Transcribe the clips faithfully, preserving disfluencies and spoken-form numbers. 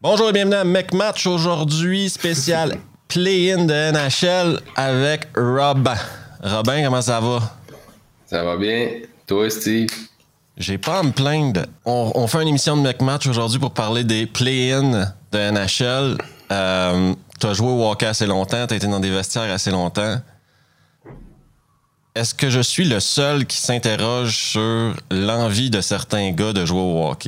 Bonjour et bienvenue à McMatch. Aujourd'hui, spécial play-in de N H L avec Robin. Robin, comment ça va? Ça va bien. Toi, Steve? J'ai pas à me plaindre. On, on fait une émission de McMatch aujourd'hui pour parler des play-in de N H L. Euh, t'as joué au hockey assez longtemps, t'as été dans des vestiaires assez longtemps. Est-ce que je suis le seul qui s'interroge sur l'envie de certains gars de jouer au hockey?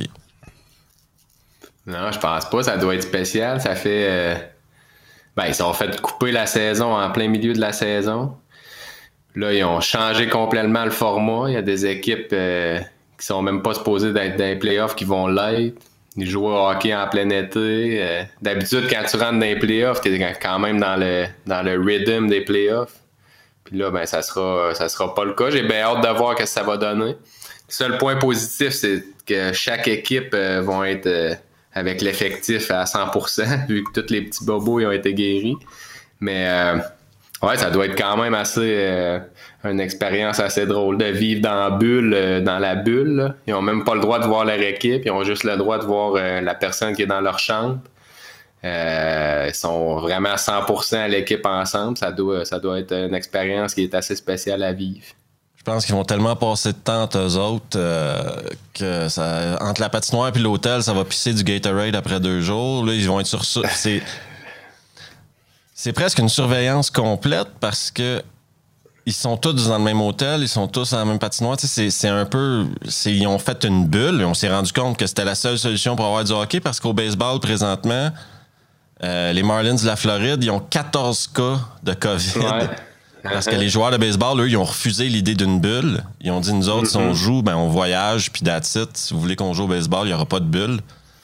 Non, je pense pas. Ça doit être spécial. Ça fait... Euh... Ben, ils sont fait couper la saison en plein milieu de la saison. Là, ils ont changé complètement le format. Il y a des équipes euh, qui sont même pas supposées d'être dans les playoffs qui vont l'être. Ils jouent au hockey en plein été. Euh, d'habitude, quand tu rentres dans les playoffs, t'es quand même dans le, dans le rhythm des playoffs. Puis là, ben, ça sera, ça sera pas le cas. J'ai bien hâte de voir ce que ça va donner. Le seul point positif, c'est que chaque équipe euh, vont être... Euh, avec l'effectif à cent pour cent, vu que tous les petits bobos ils ont été guéris. Mais euh, ouais, ça doit être quand même assez euh, une expérience assez drôle de vivre dans la bulle, euh, dans la bulle. Là. Ils n'ont même pas le droit de voir leur équipe, ils ont juste le droit de voir euh, la personne qui est dans leur chambre. Euh, ils sont vraiment à cent pour cent à l'équipe ensemble. Ça doit, ça doit être une expérience qui est assez spéciale à vivre. Je pense qu'ils vont tellement passer de temps entre eux autres euh, que ça, entre la patinoire et l'hôtel, ça va pisser du Gatorade après deux jours. Là, ils vont être sur ça. C'est, c'est presque une surveillance complète parce que ils sont tous dans le même hôtel, ils sont tous dans la même patinoire. Tu sais, c'est, c'est un peu... C'est, ils ont fait une bulle et on s'est rendu compte que c'était la seule solution pour avoir du hockey parce qu'au baseball, présentement, euh, les Marlins de la Floride, ils ont quatorze cas de COVID. Ouais. Parce que les joueurs de baseball, eux, ils ont refusé l'idée d'une bulle. Ils ont dit, nous autres, mm-hmm. si on joue, ben, on voyage, puis that's it. Si vous voulez qu'on joue au baseball, il n'y aura pas de bulle.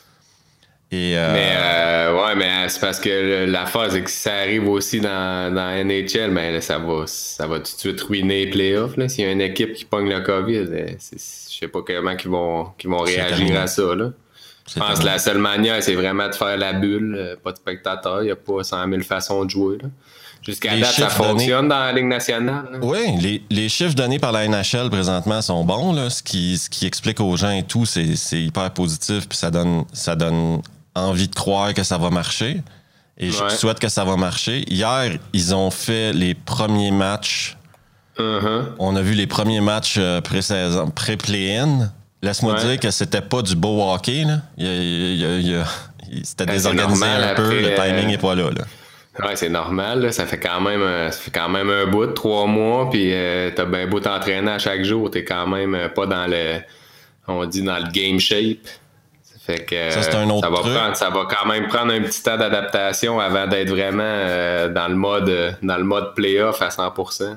Et, euh... Mais, euh, ouais, mais c'est parce que l'affaire, c'est que si ça arrive aussi dans, dans N H L, ben, là, ça va, ça va tout de suite ruiner les playoffs. Là. S'il y a une équipe qui pogne le COVID, c'est, je sais pas comment ils vont, qu'ils vont réagir à ça. Là. Je pense que la seule manière, c'est vraiment de faire la bulle. Pas de spectateurs. Il n'y a pas cent mille façons de jouer. Là. Jusqu'à date, ça fonctionne donnés... dans la Ligue nationale. Là. Oui, les, les chiffres donnés par la N H L présentement sont bons. Là. Ce, qui, ce qui explique aux gens et tout, c'est, c'est hyper positif. Puis ça donne, ça donne envie de croire que ça va marcher. Et ouais. je souhaite que ça va marcher. Hier, ils ont fait les premiers matchs. Uh-huh. On a vu les premiers matchs pré-saison, pré-play-in. Laisse-moi ouais. dire que c'était pas du beau hockey. Là. Il y a, il y a, il y a, c'était ben, désorganisé un peu. Après, le timing n'est pas là. là. Ouais, c'est normal, là. Ça fait quand même ça fait quand même un bout de trois mois, puis euh, t'as bien beau t'entraîner à chaque jour, t'es quand même pas dans le on dit dans le game shape. Ça fait que ça, c'est un autre ça va truc. prendre ça va quand même prendre un petit temps d'adaptation avant d'être vraiment euh, dans le mode dans le mode playoff à cent pour cent.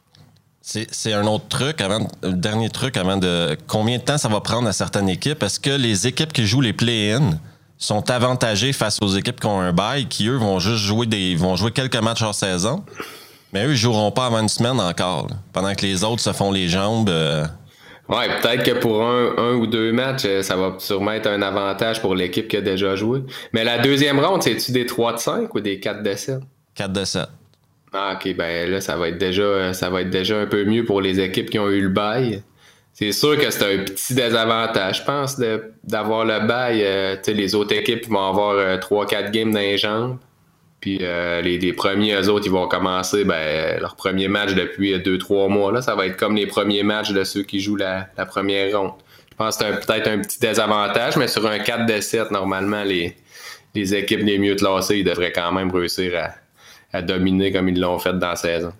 C'est, c'est un autre truc avant le dernier truc avant de combien de temps ça va prendre à certaines équipes? Est-ce que les équipes qui jouent les play-in sont avantagés face aux équipes qui ont un bail, qui, eux, vont juste jouer des vont jouer quelques matchs hors saison, mais eux, ils joueront pas avant une semaine encore, là, pendant que les autres se font les jambes. Euh... Ouais, peut-être que pour un, un ou deux matchs, ça va sûrement être un avantage pour l'équipe qui a déjà joué. Mais la deuxième ronde, c'est-tu des trois de cinq ou des quatre de sept? quatre de sept. Ah, OK, ben là, ça va être déjà ça va être déjà un peu mieux pour les équipes qui ont eu le bail. C'est sûr que c'est un petit désavantage, je pense, de, d'avoir le bail. Euh, les autres équipes vont avoir euh, trois quatre games dans les jambes. Puis euh, les, les premiers, eux autres, ils vont commencer ben, leur premier match depuis deux trois mois. Là. Ça va être comme les premiers matchs de ceux qui jouent la, la première ronde. Je pense que c'est un, peut-être un petit désavantage, mais sur un quatre de sept, normalement, les, les équipes les mieux classées, ils devraient quand même réussir à, à dominer comme ils l'ont fait dans la saison.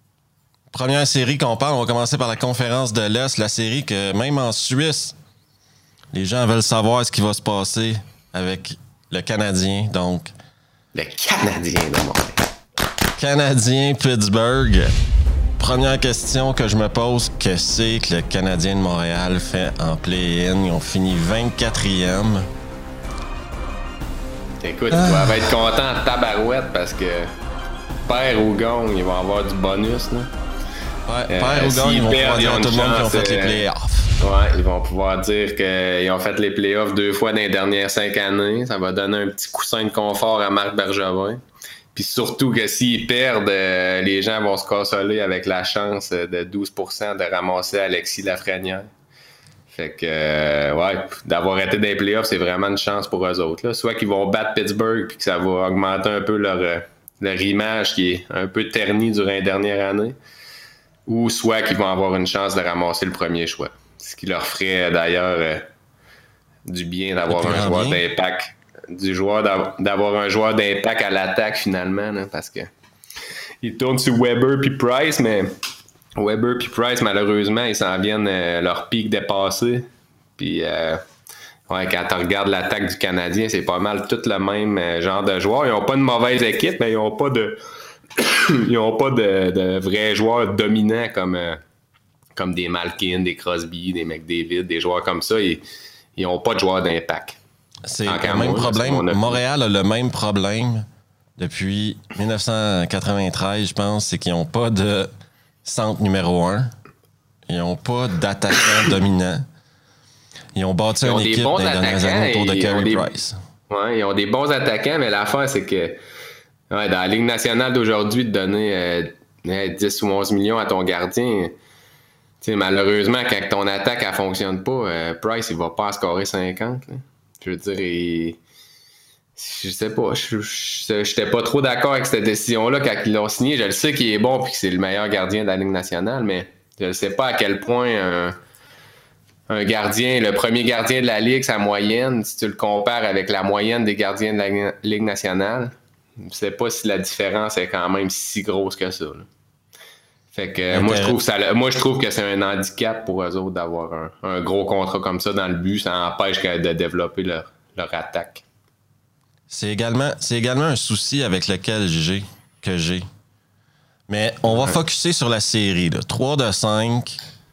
Première série qu'on parle, on va commencer par la conférence de l'Est, la série que même en Suisse, les gens veulent savoir ce qui va se passer avec le Canadien. Donc, le Canadien de Montréal. Canadien Pittsburgh. Première question que je me pose, que c'est que le Canadien de Montréal fait en play-in? Ils ont fini vingt-quatrième. Écoute, ah. ils doivent être contents de tabarouette parce que perd ou gagne, ils vont avoir du bonus, là. Ouais, père euh, ou gagne, ils vont pouvoir dire à tout le monde qu'ils ont fait les playoffs. Ouais, ils vont pouvoir dire qu'ils ont fait les playoffs deux fois dans les dernières cinq années. Ça va donner un petit coussin de confort à Marc Bergevin. Puis surtout que s'ils perdent, euh, les gens vont se consoler avec la chance de douze pour cent de ramasser Alexis Lafrenière. Fait que, euh, ouais, d'avoir été dans les playoffs, c'est vraiment une chance pour eux autres. Là. Soit qu'ils vont battre Pittsburgh puis que ça va augmenter un peu leur, euh, leur image qui est un peu ternie durant les dernières années, ou soit qu'ils vont avoir une chance de ramasser le premier choix. Ce qui leur ferait d'ailleurs euh, du bien d'avoir un joueur bien. d'impact. Du joueur d'avoir un joueur d'impact à l'attaque finalement, là, parce que ils tournent sur Weber puis Price, mais Weber puis Price, malheureusement, ils s'en viennent euh, leur pic dépassé. Puis, euh, ouais, quand tu regardes l'attaque du Canadien, c'est pas mal tout le même euh, genre de joueurs. Ils n'ont pas de mauvaise équipe, mais ils n'ont pas de ils n'ont pas de, de vrais joueurs dominants comme, euh, comme des Malkin, des Crosby, des McDavid, des joueurs comme ça. Ils n'ont pas de joueurs d'impact. C'est le même moi, problème. Montréal a le même problème depuis dix-neuf cent quatre-vingt-treize, je pense, c'est qu'ils n'ont pas de centre numéro un. Ils n'ont pas d'attaquant dominant. Ils ont bâti ils ont une équipe dans les dernières années autour de Carey des... Price. Oui, ils ont des bons attaquants, mais l'affaire, c'est que ouais, dans la Ligue nationale d'aujourd'hui, de donner euh, dix ou onze millions à ton gardien, malheureusement, quand ton attaque ne fonctionne pas, euh, Price, il ne va pas scorer cinquante. Là. Je veux dire, il... je sais pas, je n'étais pas trop d'accord avec cette décision-là quand ils l'ont signé. Je le sais qu'il est bon et que c'est le meilleur gardien de la Ligue nationale, mais je ne sais pas à quel point un, un gardien, le premier gardien de la Ligue, sa moyenne, si tu le compares avec la moyenne des gardiens de la Ligue nationale, je ne sais pas si la différence est quand même si grosse que ça. Là. Fait que moi je, trouve ça, moi, je trouve que c'est un handicap pour eux autres d'avoir un, un gros contrat comme ça dans le but. Ça empêche de développer leur, leur attaque. C'est également, c'est également un souci avec lequel j'ai, que j'ai. Mais on va ouais. focusser sur la série. Là. trois de cinq.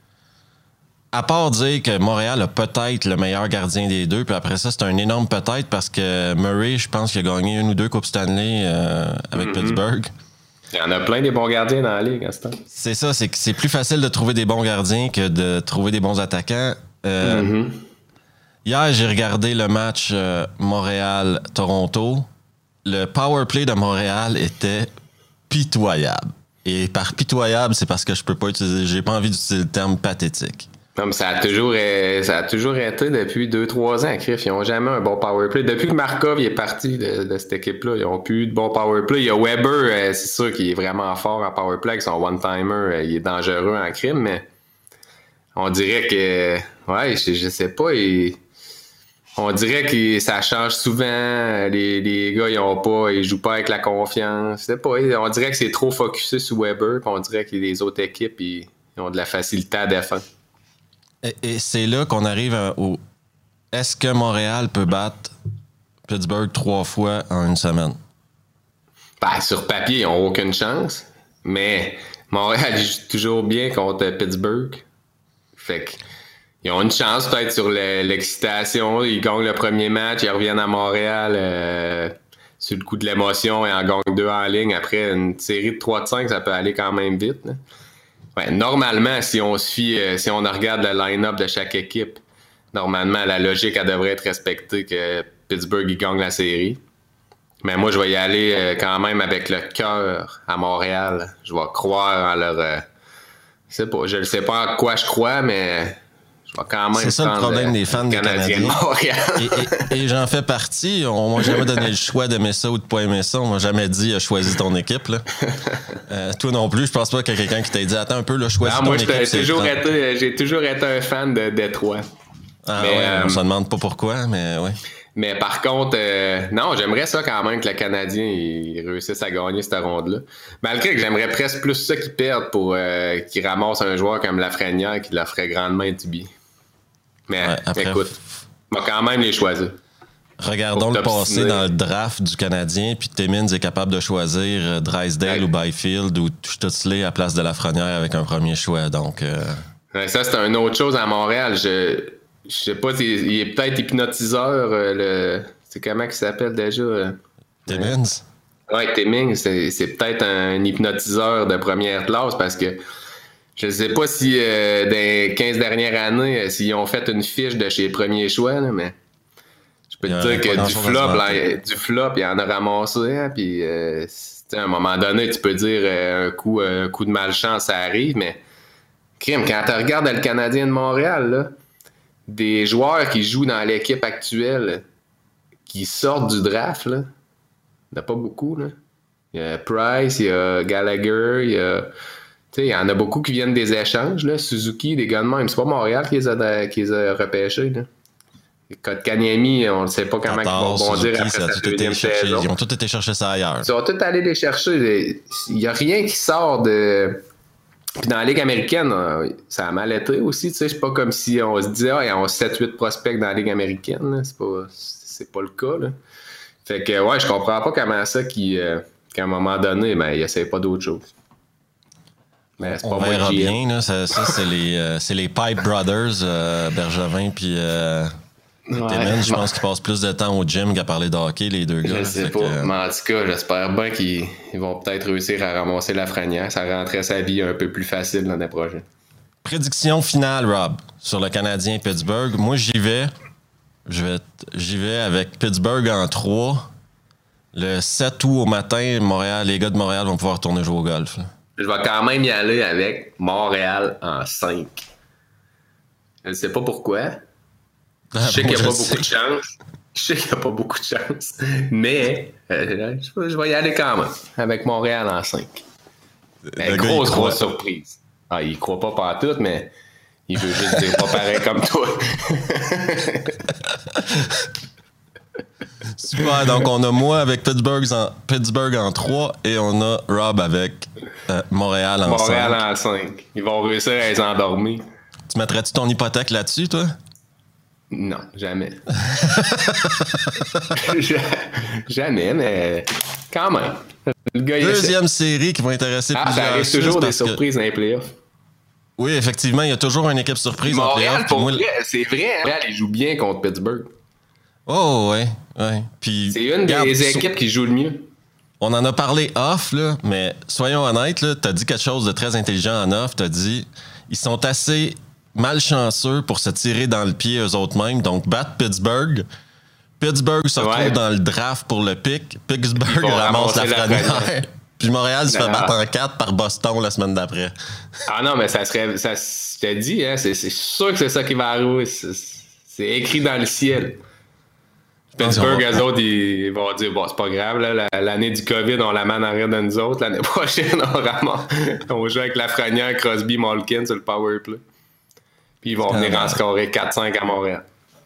À part dire que Montréal a peut-être le meilleur gardien des deux, puis après ça, c'est un énorme peut-être parce que Murray, je pense qu'il a gagné une ou deux Coupes Stanley euh, avec mm-hmm. Pittsburgh. Il y en a plein des bons gardiens dans la Ligue à ce temps. C'est ça, c'est que c'est plus facile de trouver des bons gardiens que de trouver des bons attaquants. Euh, mm-hmm. Hier, j'ai regardé le match euh, Montréal-Toronto. Le power play de Montréal était pitoyable. Et par pitoyable, c'est parce que je peux pas utiliser, j'ai pas envie d'utiliser le terme pathétique. Non, mais ça a toujours, ça a toujours été depuis deux trois ans, Criff. Ils n'ont jamais un bon power play. Depuis que Markov est parti de, de cette équipe-là, ils n'ont plus eu de bon power play. Il y a Weber, c'est sûr qu'il est vraiment fort en power play avec son one-timer. Il est dangereux en crime, mais on dirait que... Ouais, je, je sais pas. Il, on dirait que ça change souvent. Les, les gars, ils ont pas... Ils jouent pas avec la confiance. Je sais pas. On dirait que c'est trop focusé sur Weber. Puis on dirait que les autres équipes, ils, ils ont de la facilité à défendre. Et, et c'est là qu'on arrive au... Est-ce que Montréal peut battre Pittsburgh trois fois en une semaine? Ben, sur papier, ils n'ont aucune chance. Mais Montréal joue toujours bien contre Pittsburgh. Fait qu'ils ont une chance peut-être sur le, l'excitation. Ils gagnent le premier match, ils reviennent à Montréal euh, sur le coup de l'émotion et en gagnent deux en ligne. Après une série de trois de cinq, ça peut aller quand même vite. Là. Ouais, normalement, si on se fie, euh, si on regarde le line-up de chaque équipe, normalement, la logique, elle devrait être respectée que Pittsburgh, il gagne la série. Mais moi, je vais y aller euh, quand même avec le cœur à Montréal. Je vais croire en leur... Euh, je sais pas, je ne sais pas en quoi je crois, mais je vais quand même... C'est ça le problème des fans des Canadiens. De Montréal. et, et, et j'en fais partie. On m'a jamais donné le choix d'aimer ça ou de pas aimer ça. On m'a jamais dit euh, choisis ton équipe. Là. Euh, toi non plus, je pense pas qu'il y a quelqu'un qui t'a dit attends un peu, là, choisis non, ton moi, équipe. Moi, toujours été, j'ai toujours été un fan de Détroit. Ah mais, ouais, euh, on se demande pas pourquoi, mais oui. Mais par contre, euh, non, j'aimerais ça quand même que le Canadien il réussisse à gagner cette ronde-là. Malgré que j'aimerais presque plus ça qu'ils perdent pour euh, qu'ils ramassent un joueur comme Lafrenière qui leur ferait grandement étubier. Mais ouais, après, écoute, on va quand même les choisir. Regardons le passé dans le draft du Canadien, puis Timmins est capable de choisir Drysdale ouais. ou Byfield ou Stutzle à place de Lafrenière avec un premier choix. Donc, euh... ouais, ça, c'est une autre chose à Montréal. Je... Je sais pas, il est peut-être hypnotiseur. Euh, le... C'est comment il s'appelle déjà? Euh... Timmins? Ouais, Timmins, c'est, c'est peut-être un hypnotiseur de première classe parce que je sais pas si euh, dans les quinze dernières années, euh, s'ils ont fait une fiche de chez Premier Choix, là, mais je peux te dire que du flop, là, du flop, il en a ramassé. Hein, puis euh, à un moment donné, tu peux dire euh, un, coup, un coup de malchance, ça arrive, mais crime, quand tu regardes le Canadien de Montréal, là, des joueurs qui jouent dans l'équipe actuelle qui sortent du draft, là, il n'y en a pas beaucoup. Là. Il y a Price, il y a Gallagher, il y a. Tu sais, il y en a beaucoup qui viennent des échanges, là. Suzuki, des gars de même. C'est pas Montréal qui les a, qui les a repêchés. Là. Kotkaniemi, on ne sait pas comment Tatar, ils vont bondir Suzuki, après ça sa tout deuxième chercher, saison. ils ont tous été chercher ça ailleurs. Ils ont tous allé les chercher. Il n'y a rien qui sort de. Puis dans la Ligue américaine, ça a mal été aussi. Tu sais, c'est pas comme si on se disait, ah, ils ont sept huit prospects dans la Ligue américaine. Là. C'est pas, c'est pas le cas. Là. Fait que, ouais, je comprends pas comment ça qui, euh, qu'à un moment donné, ben, ils n'essayent pas d'autre chose. Mais c'est on pas verra bien. Là, ça, ça c'est, les, euh, c'est les Pipe Brothers, euh, Bergevin puis euh, Timmins. Je pense qu'ils passent plus de temps au gym qu'à parler de hockey, les deux gars. Je sais pas. Que, mais en tout cas, j'espère bien qu'ils ils vont peut-être réussir à ramasser Lafrenière. Ça rendrait sa vie un peu plus facile l'année prochaine. Prédiction finale, Rob, sur le Canadien Pittsburgh. Moi, j'y vais. Je vais j'y vais avec Pittsburgh en trois. Le sept août au matin, Montréal, les gars de Montréal vont pouvoir retourner jouer au golf. Là. Je vais quand même y aller avec Montréal en cinq. Je ne sais pas pourquoi. Je sais qu'il n'y a pas beaucoup de chance. Je sais qu'il n'y a pas beaucoup de chance. Mais euh, je vais y aller quand même avec Montréal en cinq. Mais grosse, grosse surprise. Ah, il ne croit pas partout, mais il veut juste dire pas pareil comme toi. Super, donc on a moi avec Pittsburgh en, Pittsburgh en trois et on a Rob avec euh, Montréal en cinq. Montréal en cinq. Ils vont réussir à les endormir. Tu mettrais-tu ton hypothèque là-dessus, toi? Non, jamais. Jamais, mais quand même. Le gars, Deuxième série qui va intéresser ah, plusieurs. Ça arrive toujours des surprises que... dans les playoffs. Oui, effectivement, il y a toujours une équipe surprise Montréal, en playoffs. Pour moi... vrai, c'est vrai, hein? Montréal, il joue bien contre Pittsburgh. Oh, ouais, ouais. Puis, c'est une regarde, des équipes so... qui joue le mieux. On en a parlé off, là, mais soyons honnêtes, là, t'as dit quelque chose de très intelligent en off. T'as dit, ils sont assez malchanceux pour se tirer dans le pied eux autres mêmes. Donc, battre Pittsburgh. Pittsburgh se retrouve ouais. dans le draft pour le pic. Pittsburgh ramasse la Lafrenière. Puis Montréal se fait battre en quatre par Boston la semaine d'après. Ah non, mais ça serait... Ça, je t'ai dit, hein, c'est, c'est sûr que c'est ça qui va arriver. C'est, c'est écrit dans le ciel. Pittsburgh, eux autres, ils vont dire, bon, c'est pas grave, là, l'année du COVID, on la met en arrière de nous autres. L'année prochaine, on ramasse. On joue avec Lafrenière, Crosby, Malkin sur le powerplay. Puis ils vont venir en scorer quatre cinq à Montréal.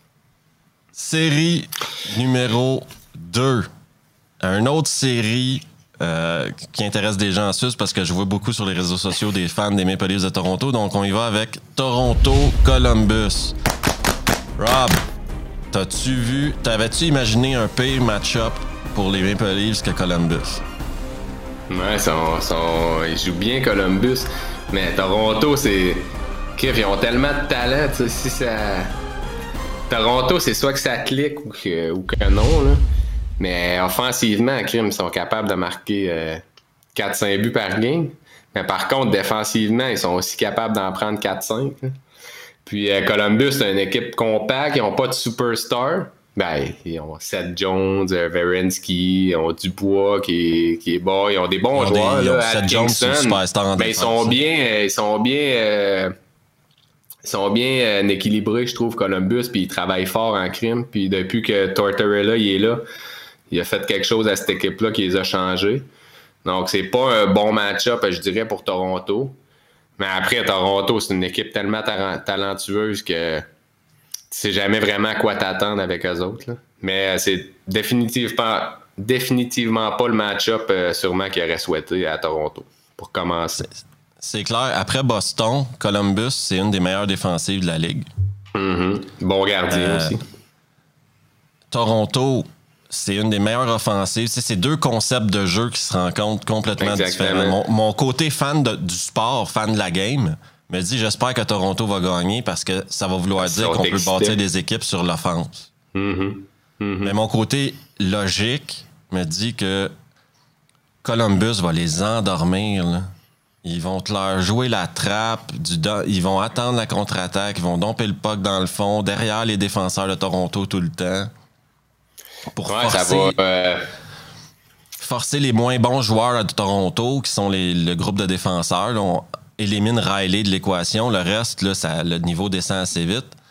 Série numéro deux. Une autre série euh, qui intéresse des gens en Suisse parce que je vois beaucoup sur les réseaux sociaux des fans des Maple Leafs de Toronto. Donc, on y va avec Toronto-Columbus. Rob, t'as-tu vu, t'avais-tu imaginé un pire match-up pour les Maple Leafs que Columbus? Ouais, sont, sont, ils jouent bien Columbus. Mais Toronto, c'est... Ils ont tellement de talent, tu sais, si ça... Toronto, c'est soit que ça clique ou que, ou que non, là. Mais offensivement, crime, ils sont capables de marquer euh, quatre cinq buts par game. Mais par contre, défensivement, ils sont aussi capables d'en prendre quatre cinq. Là. Puis euh, Columbus, c'est une équipe compacte, ils n'ont pas de superstar. Ben, ils ont Seth Jones, euh, Werenski, ils ont Dubois qui est, qui est bon, ils ont des bons ils ont joueurs, des, là, Seth Jones, c'est superstar en mais défense. Ils sont bien, ils sont bien... Euh, Ils sont bien euh, équilibrés, je trouve, Columbus, puis ils travaillent fort en crime. Puis depuis que Tortorella il est là, il a fait quelque chose à cette équipe-là qui les a changés. Donc, c'est pas un bon match-up, je dirais, pour Toronto. Mais après, Toronto, c'est une équipe tellement ta- talentueuse que tu sais jamais vraiment à quoi t'attendre avec eux autres. Là. Mais euh, c'est définitivement, définitivement pas le match-up euh, sûrement qu'ils auraient souhaité à Toronto, pour commencer. C'est... C'est clair. Après Boston, Columbus, c'est une des meilleures défensives de la Ligue. Mm-hmm. Bon gardien euh, aussi. Toronto, c'est une des meilleures offensives. Tu sais, c'est deux concepts de jeu qui se rencontrent complètement Exactement. différents. Mon, mon côté fan de, du sport, fan de la game, me dit j'espère que Toronto va gagner parce que ça va vouloir Ils dire qu'on excités. peut bâtir des équipes sur l'offense. Mm-hmm. Mm-hmm. Mais mon côté logique me dit que Columbus va les endormir, là. Ils vont te leur jouer la trappe, du do- ils vont attendre la contre-attaque, ils vont domper le puck dans le fond, derrière les défenseurs de Toronto tout le temps. Pour ouais, forcer, ça va, euh... forcer les moins bons joueurs de Toronto, qui sont les, le groupe de défenseurs. Là, on élimine Riley de l'équation. Le reste, là, ça, le niveau descend assez vite.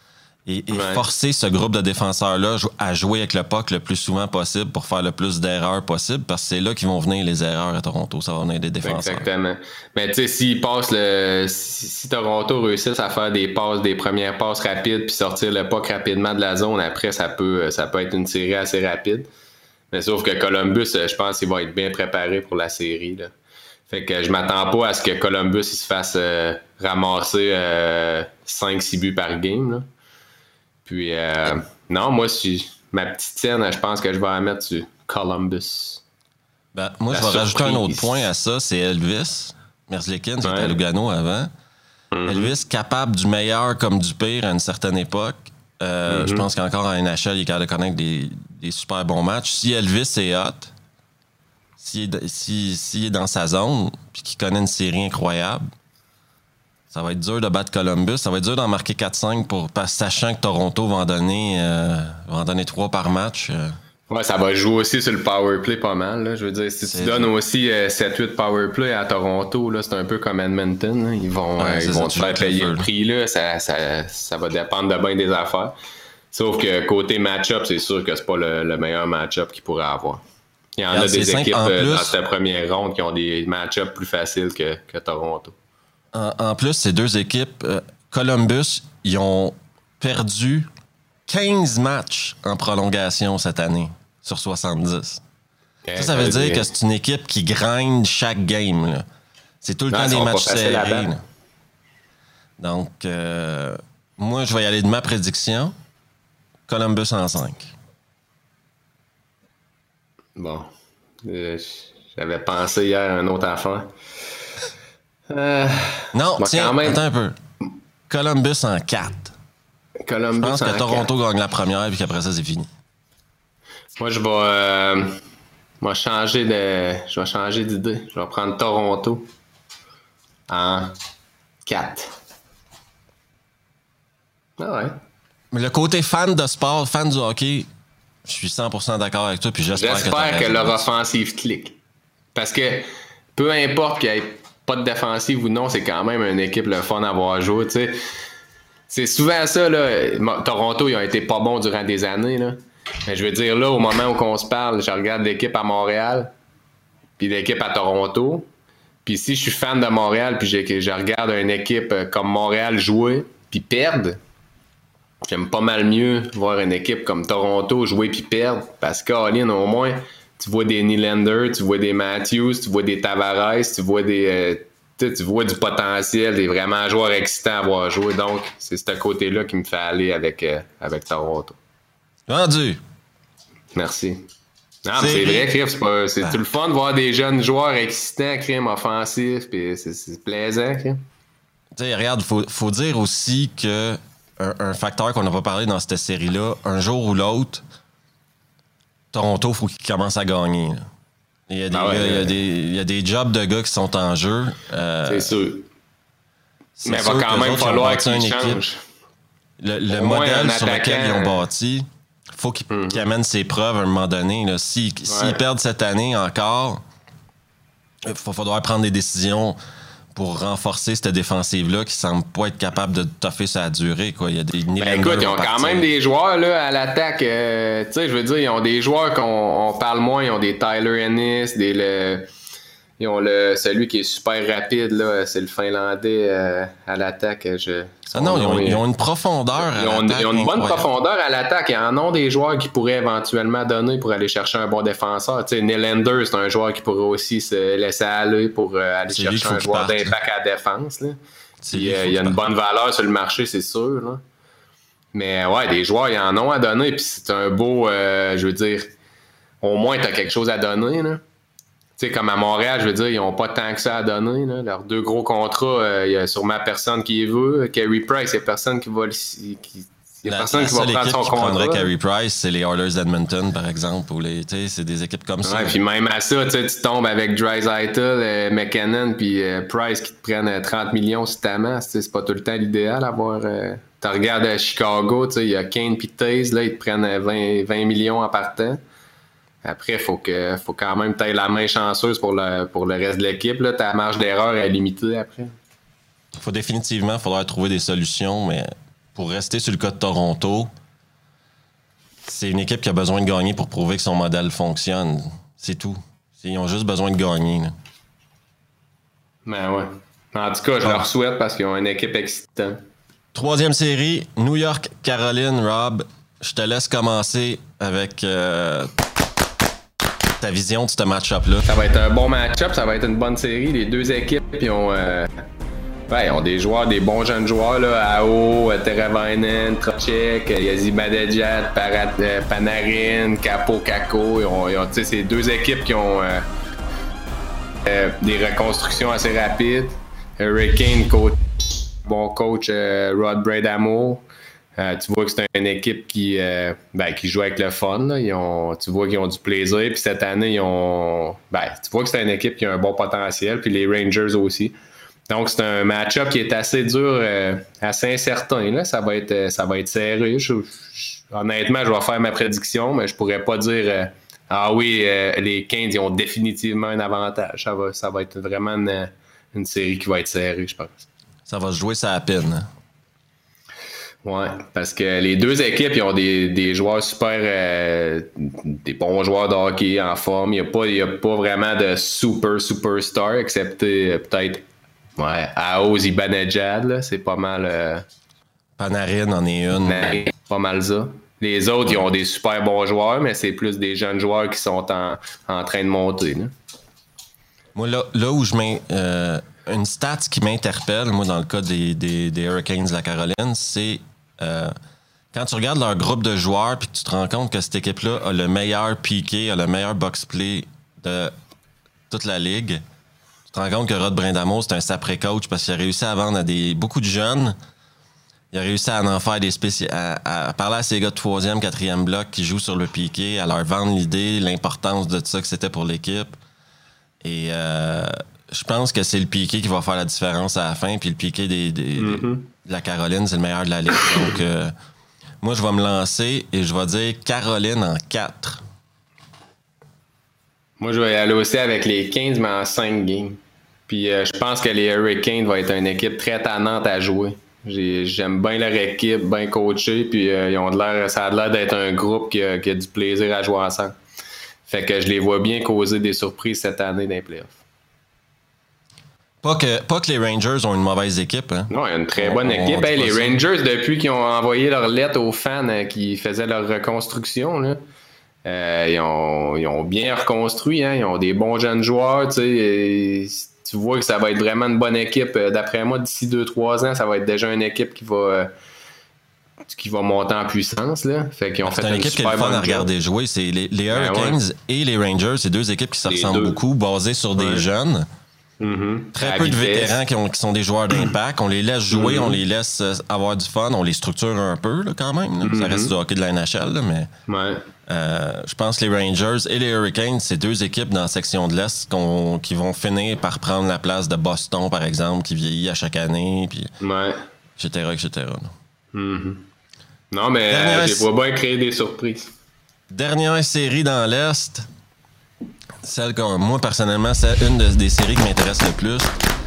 Et, et Ouais. forcer ce groupe de défenseurs-là à jouer avec le puck le plus souvent possible pour faire le plus d'erreurs possible, parce que c'est là qu'ils vont venir les erreurs à Toronto. Ça va venir des défenseurs. Exactement. Mais tu sais, s'ils passent le. Si, si Toronto réussisse à faire des passes, des premières passes rapides, puis sortir le puck rapidement de la zone, après, ça peut, ça peut être une série assez rapide. Mais sauf que Columbus, je pense qu'il va être bien préparé pour la série, là. Fait que je m'attends pas à ce que Columbus il se fasse euh, ramasser euh, cinq six buts par game, là. Puis, euh, non, moi, si ma petite tienne, je pense que je vais la mettre sur Columbus. Ben, moi, La je vais surprise. rajouter un autre point à ça, c'est Elvis Merzlikins, qui Ouais. était à Lugano avant. Mm-hmm. Elvis, capable du meilleur comme du pire à une certaine époque. Euh, Mm-hmm. Je pense qu'encore en N H L, il est capable de connaître des, des super bons matchs. Si Elvis est hot, s'il est, si, s'il est dans sa zone, puis qu'il connaît une série incroyable, ça va être dur de battre Columbus. Ça va être dur d'en marquer quatre cinq, pour, parce, sachant que Toronto va en donner, euh, va en donner trois par match. Euh. Ouais, ça va jouer aussi sur le power play pas mal, là. Je veux dire, si C'est tu donnes aussi euh, sept huit power play à Toronto, là, c'est un peu comme Edmonton, là. Ils vont, Ouais, euh, c'est ils ça, vont te tu faire joues avec le payer feu, le là. prix, là. Ça, ça, ça va dépendre de bien des affaires. Sauf que côté match-up, c'est sûr que c'est pas le, le meilleur match-up qu'ils pourraient avoir. Il y en Regarde, a des c'est simple. équipes En euh, plus- dans cette première ronde qui ont des match-ups plus faciles que, que Toronto. En, en plus, ces deux équipes, euh, Columbus, ils ont perdu quinze matchs en prolongation cette année sur soixante-dix. Ça, ça veut dire que c'est une équipe qui grind chaque game, là. C'est tout le Non, temps ils des sont pas matchs faciles à serrés, battre. là. Donc, euh, moi, je vais y aller de ma prédiction. Columbus en cinq. Bon. Euh, J'avais pensé hier à un autre affaire. Euh, Non, Bon, tiens, quand même. attends un peu. Columbus en quatre. Columbus Je pense que en Toronto quatre. gagne la première et qu'après ça, c'est fini. Moi, je vais, euh, je vais changer de, je vais changer d'idée. Je vais prendre Toronto en quatre. Ah ouais. Mais le côté fan de sport, fan du hockey, je suis cent pour cent d'accord avec toi, puis j'espère, que, t'as J'espère que raison leur là-dessus. offensive clique. Parce que peu importe qu'il n'y ait pas de défensive ou non, c'est quand même une équipe le fun à voir jouer. Tu sais. C'est souvent ça, là. Mo- Toronto, ils ont été pas bons durant des années, là. Mais je veux dire, là, au moment où on se parle, je regarde l'équipe à Montréal, puis l'équipe à Toronto. Puis si je suis fan de Montréal, puis je, je regarde une équipe euh, comme Montréal jouer, puis perdre, j'aime pas mal mieux voir une équipe comme Toronto jouer puis perdre, parce qu'Alin, au moins, tu vois des Nylander, tu vois des Matthews, tu vois des Tavares, tu vois des... euh, tu sais, tu vois du potentiel, des vraiment joueurs excitants à voir jouer. Donc, c'est ce côté-là qui me fait aller avec, euh, avec Toronto. Vendu. Merci. Non, mais c'est C'est- vrai, Crime, c'est, pas, c'est tout le fun de voir des jeunes joueurs excitants, Crime, offensifs, puis c'est, c'est plaisant, Crime. Tu sais, regarde, faut, faut dire aussi que un, un facteur qu'on n'a pas parlé dans cette série-là, un jour ou l'autre, Toronto, il faut qu'il commence à gagner, là. Il y, a des Ah ouais, gars, il, y a euh, des, il y a des jobs de gars qui sont en jeu. Euh, C'est sûr. c'est Mais il sûr va quand qu'eux même autres, ils ont falloir bâti qu'ils une équipe. changent. Le, le Au moins, modèle un sur lequel attaquant, ils ont euh, bâti, faut qu'il Mhm. qu'il amène ses preuves à un moment donné. Là. S'ils s'ils Ouais. perdent cette année encore, il va falloir prendre des décisions pour renforcer cette défensive-là qui semble pas être capable de toffer sa durée. Quoi. Il y a des Ben Nylander écoute, ils vont ont quand partir. même des joueurs là, à l'attaque. euh, tu sais, je veux dire, ils ont des joueurs qu'on on parle moins. Ils ont des Tyler Ennis, des le, ils ont le celui qui est super rapide là, c'est le Finlandais euh, à l'attaque. Je, Ah non, ils ont, son nom est- ils ont une profondeur à Ils ont, l'attaque ils ont une bonne incroyable. profondeur à l'attaque. Ils en ont des joueurs qui pourraient éventuellement donner pour aller chercher un bon défenseur. Tu sais, Nylander, c'est un joueur qui pourrait aussi se laisser aller pour euh, aller C'est lui chercher qu'il faut un qu'il joueur parte, d'impact à la défense. Là. C'est Puis, lui qu'il euh, faut il y a qu'il une parte. bonne valeur sur le marché, c'est sûr. Là. Mais ouais, des joueurs, ils en ont à donner. Puis c'est un beau, euh, je veux dire, au moins, tu as quelque chose à donner. Là. Tu sais, comme à Montréal, je veux dire, ils n'ont pas tant que ça à donner. Là. Leurs deux gros contrats, euh, il y a sûrement personne qui les veut. Carey Price, il n'y a personne qui va le. Qui, il y a La, personne la qui va seule prendre équipe son qui contrat. prendrait Carey Price, c'est les Oilers d'Edmonton, par exemple. Ou les, tu sais, c'est des équipes comme ça. Ouais, puis même à ça, tu sais, tu tombes avec Draisaitl, euh, McKinnon, puis euh, Price qui te prennent euh, trente millions sur ta masse. Tu sais, c'est pas tout le temps l'idéal d'avoir. Euh, tu regardes à Chicago, tu sais, il y a Kane puis Taze, là, ils te prennent euh, vingt, vingt millions en partant. Après, il faut, que, faut quand même que tu aies la main chanceuse pour le, pour le reste de l'équipe. Là. Ta marge d'erreur est limitée après. Il faut définitivement faudra trouver des solutions, mais pour rester sur le cas de Toronto, c'est une équipe qui a besoin de gagner pour prouver que son modèle fonctionne. C'est tout. Ils ont juste besoin de gagner. Là. Ben ouais. En tout cas, je ah. leur souhaite parce qu'ils ont une équipe excitante. Troisième série, New York, Caroline, Rob. Je te laisse commencer avec euh, ta vision de ce match-up-là. Ça va être un bon match-up, ça va être une bonne série. Les deux équipes ils ont, euh, ouais, ils ont des joueurs, des bons jeunes joueurs. Là, Aho, Teravainen, Trocheck, Yazibadejad, euh, Panarin, Capo, Kako. Ils ont, ils ont, c'est deux équipes qui ont euh, euh, des reconstructions assez rapides. Hurricane, coach, bon coach euh, Rod Brind'Amour. Euh, tu vois que c'est une équipe qui, euh, ben, qui joue avec le fun. Là. Ils ont, tu vois qu'ils ont du plaisir. Puis cette année, ils ont. Ben, tu vois que c'est une équipe qui a un bon potentiel. Puis les Rangers aussi. Donc, c'est un match-up qui est assez dur, euh, assez incertain. Là. Ça va être, ça va être serré. Je, je, honnêtement, je vais faire ma prédiction, mais je pourrais pas dire euh, ah oui, euh, les Canes ils ont définitivement un avantage. Ça va, ça va être vraiment une, une série qui va être serrée, je pense. Ça va se jouer ça à peine. Hein? Ouais, parce que les deux équipes, ils ont des, des joueurs super, euh, des bons joueurs de hockey en forme. Il n'y a pas, il y a pas vraiment de super, superstar, excepté euh, peut-être, ouais, Aho Zibanejad, là, c'est pas mal. Euh, Panarin en est une. Panarin, pas mal ça. Les autres, ils ont des super bons joueurs, mais c'est plus des jeunes joueurs qui sont en, en train de monter. Là. Moi, là, là où je mets. Euh, une stat qui m'interpelle, moi, dans le cas des, des, des Hurricanes de la Caroline, c'est. Euh, quand tu regardes leur groupe de joueurs puis que tu te rends compte que cette équipe-là a le meilleur P K, a le meilleur box-play de toute la ligue, tu te rends compte que Rod Brind'Amour, c'est un sapré coach parce qu'il a réussi à vendre à des, beaucoup de jeunes. Il a réussi à en faire des spéciaux, à, à parler à ces gars de troisième, quatrième bloc qui jouent sur le P K, à leur vendre l'idée, l'importance de ça que c'était pour l'équipe. Et euh, je pense que c'est le P K qui va faire la différence à la fin, puis le P K des, des, mm-hmm. des de la Caroline, c'est le meilleur de la ligue. Donc, euh, moi, je vais me lancer et je vais dire Caroline en quatre. Moi, je vais aller aussi avec les quinze, mais en cinq games. Puis, euh, je pense que les Hurricanes vont être une équipe très tannante à jouer. J'ai, j'aime bien leur équipe, bien coachée, puis euh, ils ont de l'air, ça a l'air d'être un groupe qui a, qui a du plaisir à jouer ensemble. Fait que je les vois bien causer des surprises cette année dans les playoffs. Pas que, pas que les Rangers ont une mauvaise équipe. Hein? Non, il y a une très bonne on, équipe. On hey, les ça. Rangers, depuis qu'ils ont envoyé leur lettre aux fans euh, qui faisaient leur reconstruction, là, euh, ils, ont, ils ont bien reconstruit. Hein? Ils ont des bons jeunes joueurs. Et, tu vois que ça va être vraiment une bonne équipe. D'après moi, d'ici deux trois ans, ça va être déjà une équipe qui va, euh, qui va monter en puissance. Là. Fait qu'ils ont c'est fait une équipe qui est le fun à regarder jouer. C'est les, les Hurricanes ben ouais. et les Rangers, c'est deux équipes qui se les ressemblent deux. beaucoup, basées sur ouais. des jeunes. Mm-hmm. Très à peu vitesse. de vétérans qui, ont, qui sont des joueurs d'impact. On les laisse jouer, mm-hmm. on les laisse avoir du fun, on les structure un peu là, quand même. Là. Mm-hmm. Ça reste du hockey de la N H L, là, mais ouais. euh, je pense que les Rangers et les Hurricanes, c'est deux équipes dans la section de l'Est qu'on, qui vont finir par prendre la place de Boston, par exemple, qui vieillit à chaque année, puis ouais. et cetera, et cetera. Mm-hmm. Non, mais euh, je vois bien créer des surprises. Dernière série dans l'Est. Celle que moi, personnellement, c'est une de, des séries qui m'intéresse le plus.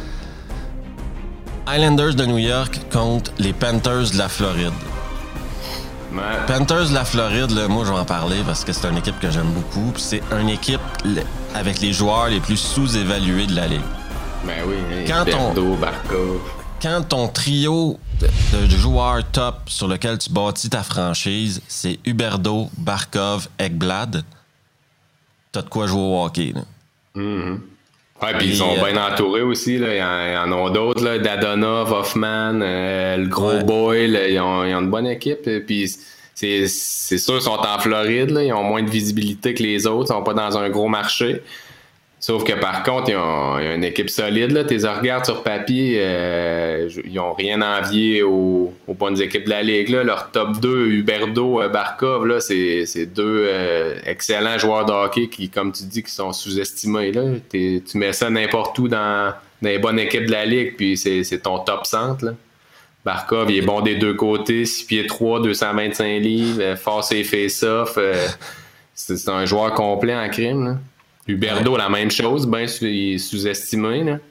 Islanders de New York contre les Panthers de la Floride. Ouais. Panthers de la Floride, là, moi, je vais en parler parce que c'est une équipe que j'aime beaucoup. Puis c'est une équipe avec les joueurs les plus sous-évalués de la Ligue. Ben oui, quand Huberdeau, Barkov. Quand ton trio de, de joueurs top sur lequel tu bâtis ta franchise, c'est Huberdeau, Barkov, Ekblad, t'as de quoi jouer au hockey. Là. Mm-hmm. Ouais, puis ils sont euh, bien entourés aussi. Là. Ils, en, ils en ont d'autres. Là. Dadonov, Hoffman, euh, le gros ouais. Boyle. Ils ont, ils ont une bonne équipe. Puis c'est, c'est sûr qu'ils sont en Floride. Là. Ils ont moins de visibilité que les autres. Ils sont pas dans un gros marché. Sauf que par contre, ils ont, ils ont une équipe solide. Là. Tes regardes sur papier, euh, ils n'ont rien à envier aux, aux bonnes équipes de la Ligue. Là. Leur top deux, Huberdeau, Barkov, là, c'est, c'est deux euh, excellents joueurs de hockey qui, comme tu dis, qui sont sous-estimés. Là. Tu mets ça n'importe où dans, dans les bonnes équipes de la Ligue, puis c'est, c'est ton top centre. Là. Barkov, il est bon des deux côtés, six pieds trois, deux cent vingt-cinq livres, force et face-off. Euh, c'est, c'est un joueur complet en crime. Là. Huberdeau, la même chose, ben il est sous-estimé. Là.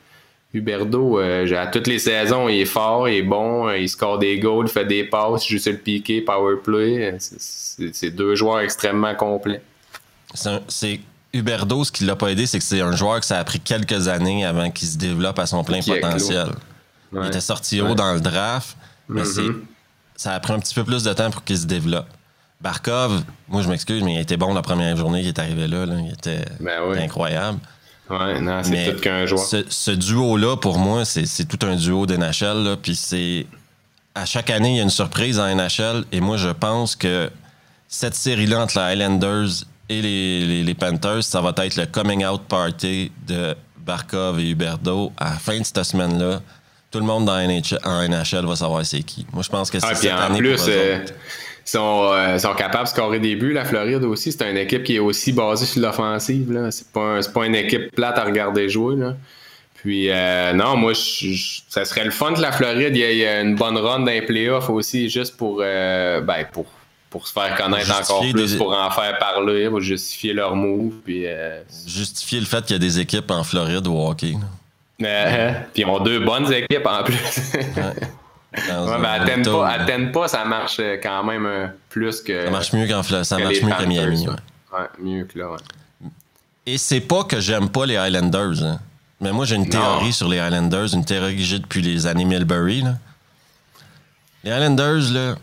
Huberdeau, euh, à toutes les saisons, il est fort, il est bon, il score des goals, il fait des passes, il joue sur le piqué, power play. C'est, c'est, c'est deux joueurs extrêmement complets. C'est, un, c'est Huberdeau, ce qui l'a pas aidé, c'est que c'est un joueur que ça a pris quelques années avant qu'il se développe à son plein qui potentiel. Ouais. Il était sorti haut ouais. dans le draft, mais mm-hmm. c'est, ça a pris un petit peu plus de temps pour qu'il se développe. Barkov, moi je m'excuse, mais il était bon la première journée qu'il est arrivé là. là. Il était ben oui. incroyable. Ouais, non, c'est mais tout qu'un joueur. Ce, ce duo-là, pour moi, c'est, c'est tout un duo d'N H L. Là, puis c'est. À chaque année, il y a une surprise en N H L. Et moi, je pense que cette série-là entre les Highlanders et les, les, les Panthers, ça va être le coming out party de Barkov et Huberdeau. À la fin de cette semaine-là, tout le monde dans N H L, en N H L va savoir c'est qui. Moi, je pense que c'est ah, cette année plus, pour eux euh... autres. Ils sont, euh, sont capables de scorer des buts. La Floride aussi, c'est une équipe qui est aussi basée sur l'offensive. Là. C'est pas, un, c'est pas une équipe plate à regarder jouer. Là. Puis, euh, non, moi, je, je, ça serait le fun que la Floride, il y ait une bonne run dans les playoffs aussi, juste pour, euh, ben, pour, pour se faire connaître encore plus, des... pour en faire parler, pour justifier leur move. Puis, euh... justifier le fait qu'il y a des équipes en Floride au hockey. Euh, puis, ils ont deux bonnes équipes en plus. Ouais. Ouais, ben, à Tampa, à Tampa, ça marche quand même euh, plus que. Ça marche mieux qu'en Floride. Ça marche mieux qu'à Miami. Ouais. ouais, mieux que là, ouais. Et c'est pas que j'aime pas les Highlanders. Hein. Mais moi, j'ai une théorie non. sur les Highlanders, une théorie que j'ai depuis les années Milbury. Là. Les Highlanders, là,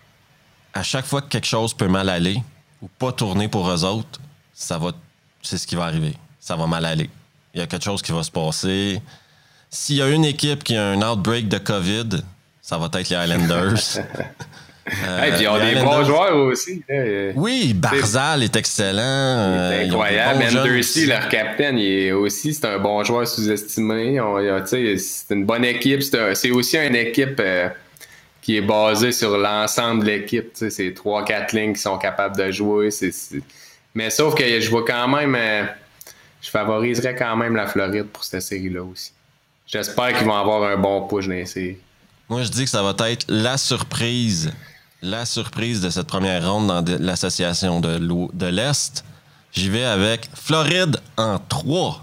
à chaque fois que quelque chose peut mal aller ou pas tourner pour eux autres, ça va, c'est ce qui va arriver. Ça va mal aller. Il y a quelque chose qui va se passer. S'il y a une équipe qui a un outbreak de COVID, ça va être les Highlanders. euh, hey, puis ils ont des bons joueurs aussi. Là. Oui, Barzal est excellent. C'est incroyable. Andersey, leur capitaine, il est aussi, c'est un bon joueur sous-estimé. On, c'est une bonne équipe. C'est, un, c'est aussi une équipe euh, qui est basée sur l'ensemble de l'équipe. C'est trois quatre lignes qui sont capables de jouer. C'est, c'est... Mais sauf que je vois quand même... Euh, je favoriserais quand même la Floride pour cette série-là aussi. J'espère qu'ils vont avoir un bon push dans les séries. Moi, je dis que ça va être la surprise, la surprise de cette première ronde dans de, l'association de, de l'Est. J'y vais avec Floride en trois.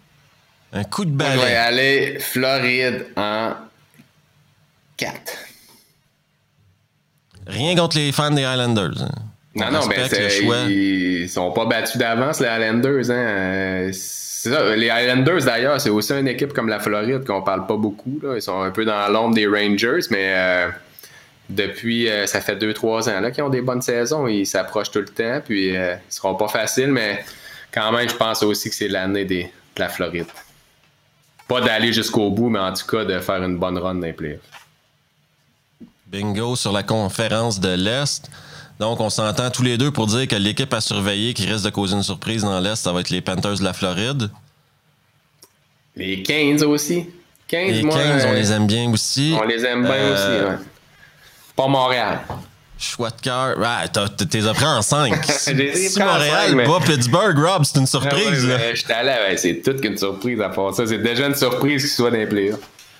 Un coup de balai. Moi, je vais aller Floride en quatre. Rien contre les fans des Highlanders. Hein. Non, non, mais ils sont pas battus d'avance, les Highlanders. Hein. C'est ça. Les Highlanders, d'ailleurs, c'est aussi une équipe comme la Floride qu'on parle pas beaucoup. Là. Ils sont un peu dans l'ombre des Rangers, mais euh, depuis, euh, ça fait deux trois ans là, qu'ils ont des bonnes saisons. Ils s'approchent tout le temps, puis euh, ils seront pas faciles, mais quand même, je pense aussi que c'est l'année des, de la Floride. Pas d'aller jusqu'au bout, mais en tout cas, de faire une bonne run dans les playoffs. Bingo sur la conférence de l'Est. Donc, on s'entend tous les deux pour dire que l'équipe à surveiller qui risque de causer une surprise dans l'Est, ça va être les Panthers de la Floride. Les Canes aussi. Canes, les moi, Canes, euh, on les aime bien aussi. On les aime bien euh, aussi, ouais. Pas Montréal. Choix de cœur. Ah, t'es appris en cinq. Si Montréal mais... bat Pittsburgh, Rob, c'est une surprise. Ah ouais, je suis allé, ouais, c'est toute qu'une surprise à part ça. C'est déjà une surprise qu'il soit dans les playoffs.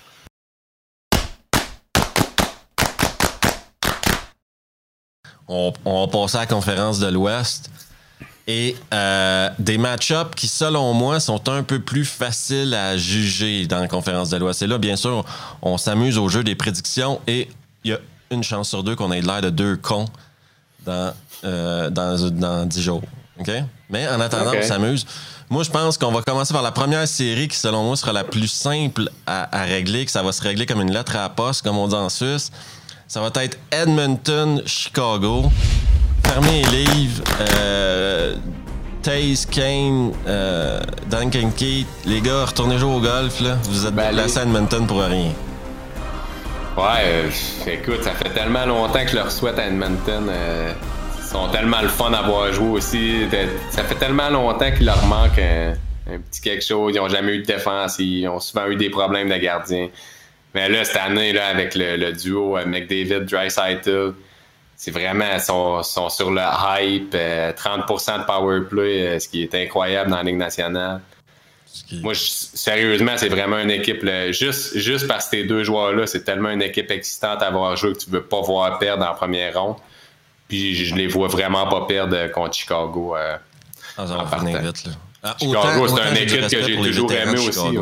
On, on va passer à la conférence de l'Ouest. Et euh, des match-ups qui, selon moi, sont un peu plus faciles à juger dans la conférence de l'Ouest. Et là, bien sûr, on s'amuse au jeu des prédictions et il y a une chance sur deux qu'on ait l'air de deux cons dans, euh, dans, dans dix jours. Okay? Mais en attendant, okay. on s'amuse. Moi, je pense qu'on va commencer par la première série qui, selon moi, sera la plus simple à, à régler, que ça va se régler comme une lettre à la poste, comme on dit en Suisse. Ça va être Edmonton-Chicago. Fermez les livres. Euh, Taze, Kane, euh, Duncan Keith. Les gars, retournez jouer au golf. Là. Vous êtes ben, placés les... à Edmonton pour rien. Ouais, euh, écoute, ça fait tellement longtemps que je leur souhaite à Edmonton. Euh, ils sont tellement le fun à voir jouer aussi. Ça fait tellement longtemps qu'il leur manque un, un petit quelque chose. Ils n'ont jamais eu de défense. Ils ont souvent eu des problèmes de gardien. Mais là, cette année, là, avec le, le duo McDavid-Draisaitl, c'est vraiment, ils sont, sont sur le hype, euh, trente pour cent de power play, euh, ce qui est incroyable dans la Ligue nationale. Qui... Moi, je, sérieusement, c'est vraiment une équipe, là, juste, juste parce que ces deux joueurs-là, c'est tellement une équipe excitante à voir jouer que tu ne veux pas voir perdre en première ronde. Puis je, je les vois vraiment pas perdre contre Chicago. Euh, ah, ça va finir vite, là. Ah, Chicago, autant, c'est autant une équipe que j'ai toujours aimé aussi. Ouais.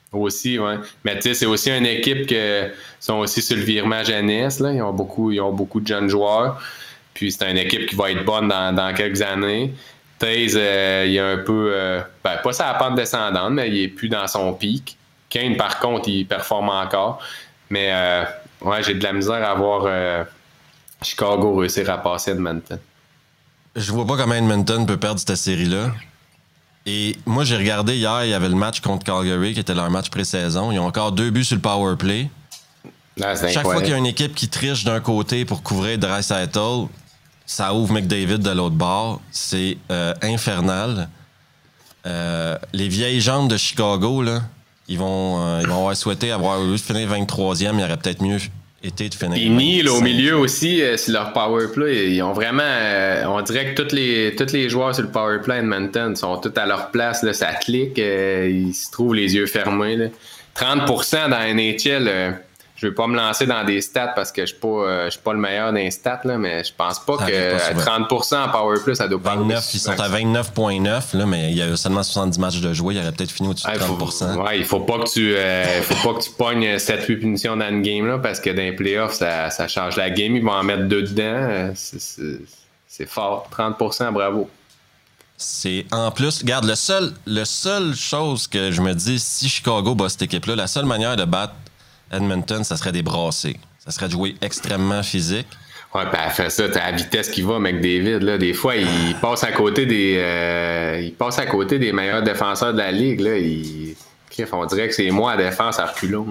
Aussi, oui. Mais tu sais, c'est aussi une équipe qui sont aussi sur le virement jeunesse. Là. Ils, ont beaucoup, ils ont beaucoup de jeunes joueurs. Puis c'est une équipe qui va être bonne dans, dans quelques années. Taze, euh, il est un peu... Euh, ben, pas sa pente descendante, mais il est plus dans son pic. Kane, par contre, il performe encore. Mais euh, ouais, j'ai de la misère à voir euh, Chicago réussir à passer Edmonton. Je vois pas comment Edmonton peut perdre cette série-là. Et moi, j'ai regardé hier, il y avait le match contre Calgary, qui était leur match pré-saison. Ils ont encore deux buts sur le power play. Ah, Chaque fois qu'il y a une équipe qui triche d'un côté pour couvrir Draisaitl, ça ouvre McDavid de l'autre bord. C'est euh, infernal. Euh, les vieilles jambes de Chicago, là, ils vont, euh, ils vont avoir souhaité avoir, au lieu de finir vingt-troisième, il aurait peut-être mieux été de finir. Puis Neal au milieu aussi, euh, sur leur power play, ils ont vraiment. Euh, on dirait que tous les, tous les joueurs sur le power play Edmonton sont tous à leur place. Là, ça clique, euh, ils se trouvent les yeux fermés. Là. trente pour cent dans N H L, euh, je ne veux pas me lancer dans des stats parce que je ne suis, euh, suis pas le meilleur dans les stats, là, mais je pense pas ça que pas trente pour cent en power play, ça doit pas vingt-neuf, ils sont à vingt-neuf virgule neuf, là, mais il y a seulement soixante-dix matchs de jouer, il aurait peut-être fini au-dessus de trente pour cent. Faut, ouais, il faut pas que tu euh, faut pas que tu pognes sept huit punitions dans une game là, parce que dans les playoffs, ça, ça change la game. Ils vont en mettre deux dedans. C'est, c'est, c'est fort. trente pour cent, bravo. C'est en plus, regarde, le seul, le seul chose que je me dis, si Chicago bat cette équipe-là, la seule manière de battre Edmonton, ça serait des brassés. Ça serait de jouer extrêmement physique. Ouais, puis elle fait ça, t'as la vitesse qu'il va, McDavid, là. Des fois, il passe à côté des. Euh, il passe à côté des meilleurs défenseurs de la Ligue, là. Il, on dirait que c'est moi à défense à reculons.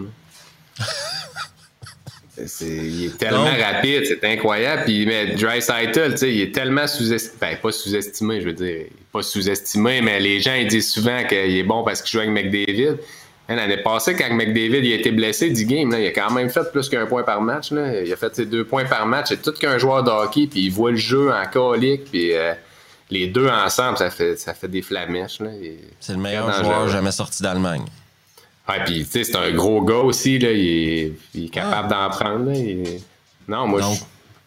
c'est, il est tellement Donc, rapide, c'est incroyable. Puis, mais Draisaitl, tu sais, il est tellement sous-estimé. Ben, pas sous-estimé, je veux dire. Pas sous-estimé, mais les gens, ils disent souvent qu'il est bon parce qu'il joue avec McDavid. L'année passée, quand McDavid il a été blessé dix games, là, il a quand même fait plus qu'un point par match. Là. Il a fait ses deux points par match. C'est tout qu'un joueur de hockey, puis il voit le jeu en colique, puis euh, les deux ensemble, ça fait, ça fait des flamèches. Là. C'est le meilleur joueur jamais sorti d'Allemagne. Ouais, puis tu sais, c'est un gros gars aussi. Là. Il, est, il est capable ah. d'en prendre. Là. Il... Non, moi, Donc, je...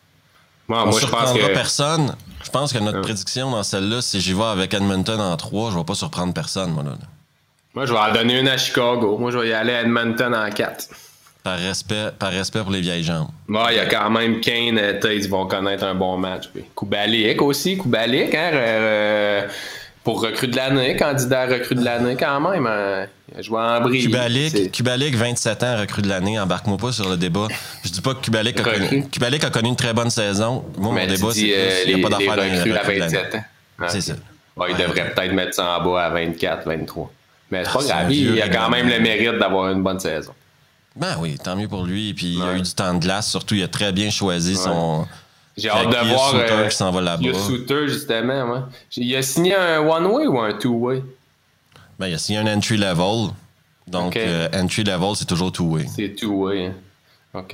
Moi, moi, je pense que... personne. Je pense que notre ouais. prédiction dans celle-là, si j'y vais avec Edmonton en trois, je ne vais pas surprendre personne, moi, là. Moi, je vais en donner une à Chicago. Moi, je vais y aller à Edmonton en quatre. Par respect, par respect pour les vieilles jambes. Ouais, il y a quand même Kane et Taze vont connaître un bon match. Puis Kubalik aussi. Kubalik, hein, euh, pour recrue de l'année, candidat à recrue de l'année quand même. Hein, il a joué en bris. Kubalik, Kubalik, vingt-sept ans, recrue de l'année. Embarque-moi pas sur le débat. Je dis pas que Kubalik a, connu, Kubalik a connu une très bonne saison. Moi, mais mon débat, dis, c'est qu'il n'y a pas d'affaire dans les recrues à vingt-sept ans. Ah, c'est ça. Ouais, il devrait peut-être mettre ça en bas à vingt-quatre, vingt-trois. Mais c'est pas ah, grave, il a quand même le mérite d'avoir une bonne saison. Ben oui, tant mieux pour lui. Puis ouais. il a eu du temps de glace, surtout il a très bien choisi ouais. son. J'ai hâte de voir. Suter euh, qui s'en va là-bas. Il y a Suter, justement. Ouais. Il a signé un one-way ou un two-way? Ben, il a signé un entry level. Donc, okay. euh, entry level, c'est toujours two-way. C'est two-way. Hein. OK.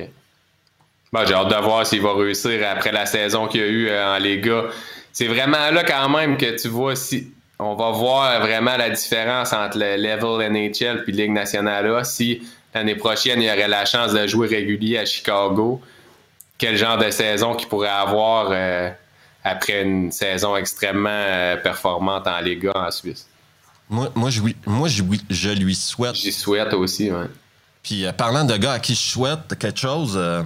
Ben, j'ai hâte de voir s'il va réussir après la saison qu'il y a eu euh, en Liga. C'est vraiment là, quand même, que tu vois si. On va voir vraiment la différence entre le level N H L et Ligue nationale A. Si l'année prochaine, il y aurait la chance de jouer régulier à Chicago, quel genre de saison qu'il pourrait avoir euh, après une saison extrêmement euh, performante en Liga en Suisse. Moi, moi, je, moi je, je lui souhaite. J'y souhaite aussi, oui. Puis euh, parlant de gars à qui je souhaite quelque chose... Euh...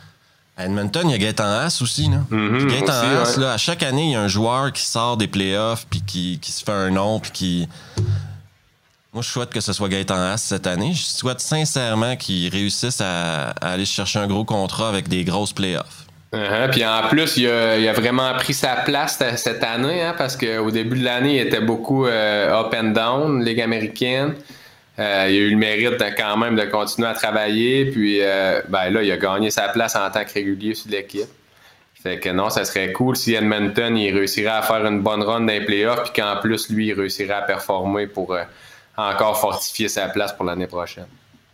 À Edmonton, il y a Gaëtan Haas aussi. Là. Mm-hmm, Gaëtan aussi, Haas, ouais. là, à chaque année, il y a un joueur qui sort des playoffs puis qui, qui se fait un nom. Puis qui... Moi, je souhaite que ce soit Gaëtan Haas cette année. Je souhaite sincèrement qu'il réussisse à, à aller chercher un gros contrat avec des grosses playoffs. Uh-huh. Puis en plus, il a, il a vraiment pris sa place cette année hein, parce qu'au début de l'année, il était beaucoup euh, up and down, Ligue américaine. Euh, il a eu le mérite de, quand même de continuer à travailler. Puis euh, ben là, il a gagné sa place en tant que régulier sur l'équipe. Fait que non, ça serait cool si Edmonton il réussirait à faire une bonne run dans les playoffs puis qu'en plus, lui, il réussirait à performer pour euh, encore fortifier sa place pour l'année prochaine.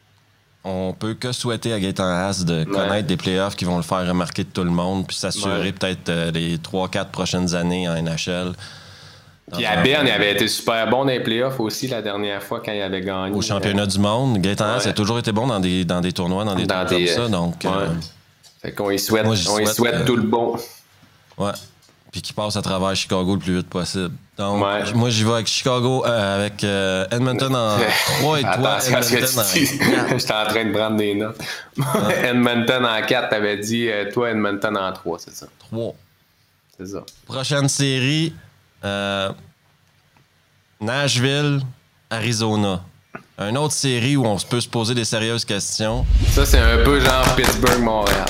On peut que souhaiter à Gaëtan Haas de connaître ouais. des playoffs qui vont le faire remarquer de tout le monde puis s'assurer ouais. peut-être euh, les trois quatre prochaines années en N H L. Puis à Berne, il avait été super bon dans les playoffs aussi la dernière fois quand il avait gagné. Au championnat euh... du monde, Gaëtan Haas ouais. a toujours été bon dans des, dans des tournois, dans des dans trucs des, comme ça. Donc, ouais. euh... fait qu'on y souhaite, moi, on souhaite, y souhaite euh... tout le bon. Ouais. puis qui passe à travers Chicago le plus vite possible. Donc, ouais. moi, j'y vais avec Chicago, euh, avec euh, Edmonton en trois et toi, Attention à ce que Edmonton tu dis. en quatre. J'étais en train de prendre des notes. Ah. Edmonton en quatre, t'avais dit, euh, toi, Edmonton en trois, c'est ça? trois. C'est ça. Prochaine série, euh, Nashville, Arizona. Une autre série où on peut se poser des sérieuses questions. Ça, c'est un peu genre Pittsburgh-Montréal.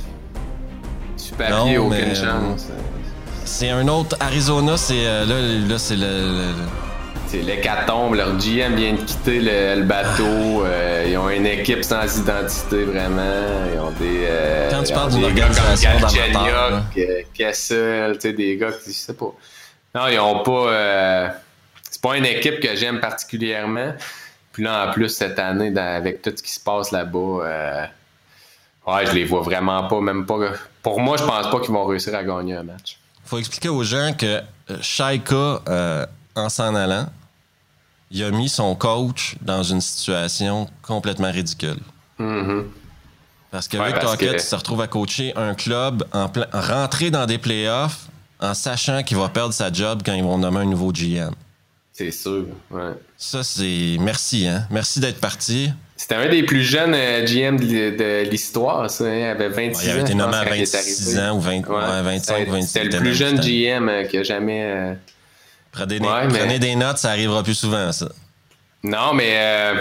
Sur papier, non, aucune mais, chance. C'est un autre. Arizona, c'est euh, là, là c'est le. le... C'est l'hécatombe. Leur G M vient de quitter le, le bateau. Euh, ils ont une équipe sans identité, vraiment. Ils ont des. Euh, Quand tu parles des d'une organisation d'amateurs, Kessel, tu sais, des gars qui. Je sais pas. Non, ils ont pas. Euh, c'est pas une équipe que j'aime particulièrement. Puis là, en plus, cette année, dans, avec tout ce qui se passe là-bas, euh, ouais, je les vois vraiment pas, même pas. Pour moi, je pense pas qu'ils vont réussir à gagner un match. Faut expliquer aux gens que Shaika, euh, en s'en allant, il a mis son coach dans une situation complètement ridicule. Mm-hmm. Parce que ouais, Rick parce Tocchet que... se retrouve à coacher un club, en plein, rentrer dans des playoffs en sachant qu'il va perdre sa job quand ils vont nommer un nouveau G M. C'est sûr, ouais. Ça, c'est... Merci, hein? Merci d'être parti. C'était un des plus jeunes euh, G M de, de l'histoire, ça. Hein? Il avait vingt-six ans. Ouais, il avait été nommé à vingt-six ans ou vingt, ouais, ouais, vingt-cinq, vingt-six. C'était le plus jeune G M euh, qui a jamais... Euh... Prenez, des, ouais, prenez mais... des notes, ça arrivera plus souvent, ça. Non, mais... Euh...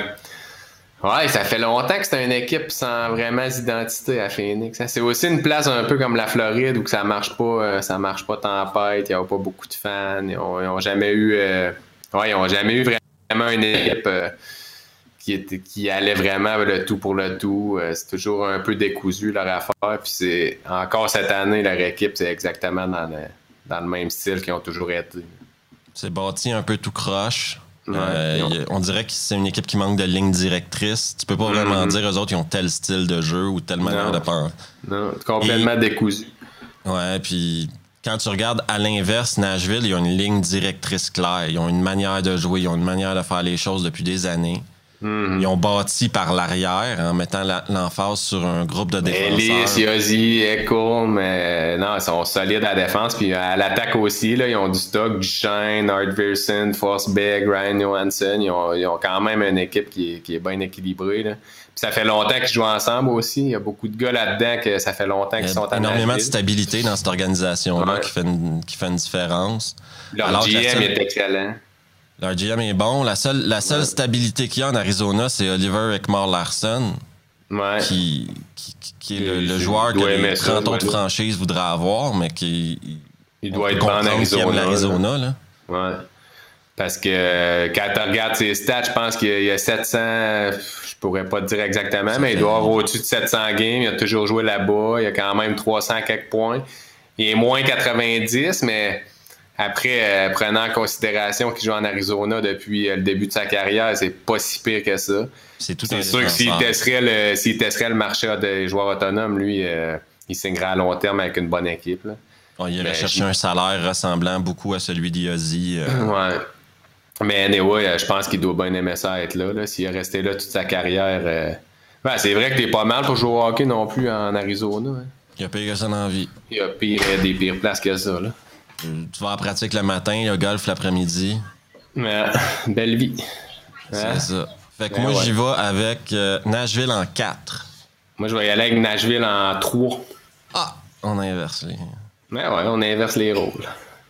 Ouais, ça fait longtemps que c'est une équipe sans vraiment d'identité à Phoenix. C'est aussi une place un peu comme la Floride où que ça marche pas, ça marche pas tempête, il n'y a pas beaucoup de fans, ils ont, ils ont jamais eu... Euh... Ouais, ils ont jamais eu vraiment une équipe euh, qui, était, qui allait vraiment le tout pour le tout. Euh, c'est toujours un peu décousu leur affaire. Puis c'est encore cette année, leur équipe, c'est exactement dans le, dans le même style qu'ils ont toujours été. C'est bâti un peu tout croche. Ouais, euh, ont... On dirait que c'est une équipe qui manque de ligne directrice. Tu peux pas vraiment mm-hmm. dire eux autres ils ont tel style de jeu ou telle manière non. de penser. Non, complètement Et... décousu. Ouais, puis... Quand tu regardes à l'inverse, Nashville, ils ont une ligne directrice claire. Ils ont une manière de jouer, ils ont une manière de faire les choses depuis des années. Mm-hmm. Ils ont bâti par l'arrière en mettant la, l'emphase sur un groupe de défenseurs. Ellis, Yossi, Eko, mais non, ils sont solides à la défense. Puis à l'attaque aussi, là, ils ont du stock, Duchesne, Hardverson, Forsberg, Ryan Johansson. Ils ont, ils ont quand même une équipe qui est, qui est bien équilibrée. Là. Puis ça fait longtemps qu'ils jouent ensemble aussi. Il y a beaucoup de gars là-dedans que ça fait longtemps qu'ils sont en énormément Nashville. de stabilité dans cette organisation-là ouais. qui, fait une, qui fait une différence. Leur Alors, G M seule, est excellent. Leur G M est bon. La seule, la seule ouais. stabilité qu'il y a en Arizona, c'est Oliver Ekman-Larsson, ouais. qui, qui, qui est le, le joueur que les trente autres franchises voudraient avoir, mais qui il doit être bon en Arizona. l'Arizona là. Ouais. Parce que quand tu regardes ses stats, je pense qu'il y a sept cents, je pourrais pas te dire exactement, ça mais il doit avoir au-dessus de sept cents games. Il a toujours joué là-bas. Il a quand même trois cents quelques points. Il est moins quatre-vingt-dix, mais après, euh, prenant en considération qu'il joue en Arizona depuis euh, le début de sa carrière, c'est pas si pire que ça. C'est, tout c'est sûr que s'il testerait, le, s'il testerait le marché des joueurs autonomes, lui, euh, il signerait à long terme avec une bonne équipe. Là. Oh, il irait chercher un salaire ressemblant beaucoup à celui d'Yossi. Euh... Ouais. Mais anyway, je pense qu'il doit bien aimer ça être là. là. S'il est resté là toute sa carrière. Euh... Ben, c'est vrai que t'es pas mal pour jouer au hockey non plus en Arizona. Hein. Il y a pire que ça dans la vie. Il y a pire, des pires places que ça. Là. Tu vas en pratique le matin, le golf l'après-midi. Ouais, belle vie. C'est hein? ça. Fait que ben moi, ouais. j'y vais avec euh, Nashville en quatre. Moi, je vais y aller avec Nashville en trois. Ah! On inverse les... Ouais, ouais, on inverse les rôles.